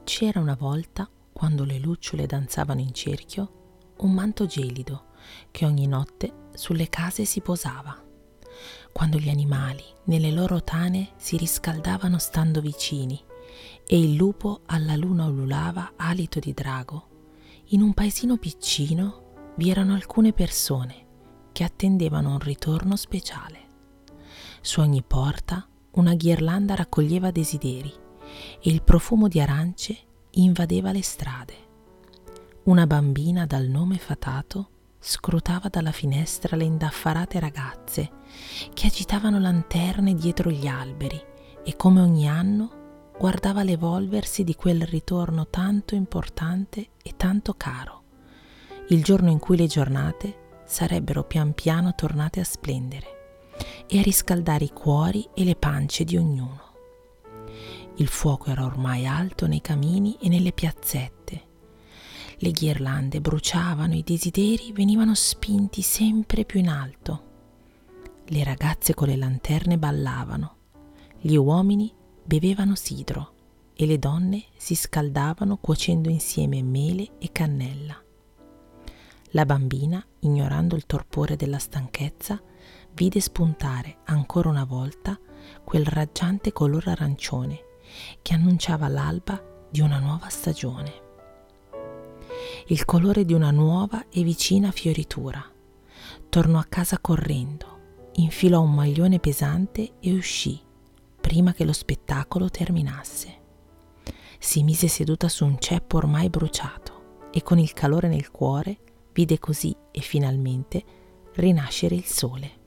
C'era una volta, quando le lucciole danzavano in cerchio, un manto gelido che ogni notte sulle case si posava. Quando gli animali nelle loro tane si riscaldavano stando vicini e il lupo alla luna ululava alito di drago, in un paesino piccino vi erano alcune persone che attendevano un ritorno speciale. Su ogni porta una ghirlanda raccoglieva desideri e il profumo di arance invadeva le strade. Una bambina dal nome Fatato scrutava dalla finestra le indaffarate ragazze che agitavano lanterne dietro gli alberi e, come ogni anno, guardava l'evolversi di quel ritorno tanto importante e tanto caro, il giorno in cui le giornate sarebbero pian piano tornate a splendere e a riscaldare i cuori e le pance di ognuno. Il fuoco era ormai alto nei camini e nelle piazzette. Le ghirlande bruciavano, i desideri venivano spinti sempre più in alto. Le ragazze con le lanterne ballavano, gli uomini bevevano sidro e le donne si scaldavano cuocendo insieme mele e cannella. La bambina, ignorando il torpore della stanchezza, vide spuntare ancora una volta quel raggiante colore arancione che annunciava l'alba di una nuova stagione. Il colore di una nuova e vicina fioritura. Tornò a casa correndo, infilò un maglione pesante e uscì prima che lo spettacolo terminasse. Si mise seduta su un ceppo ormai bruciato e con il calore nel cuore vide così e finalmente rinascere il sole.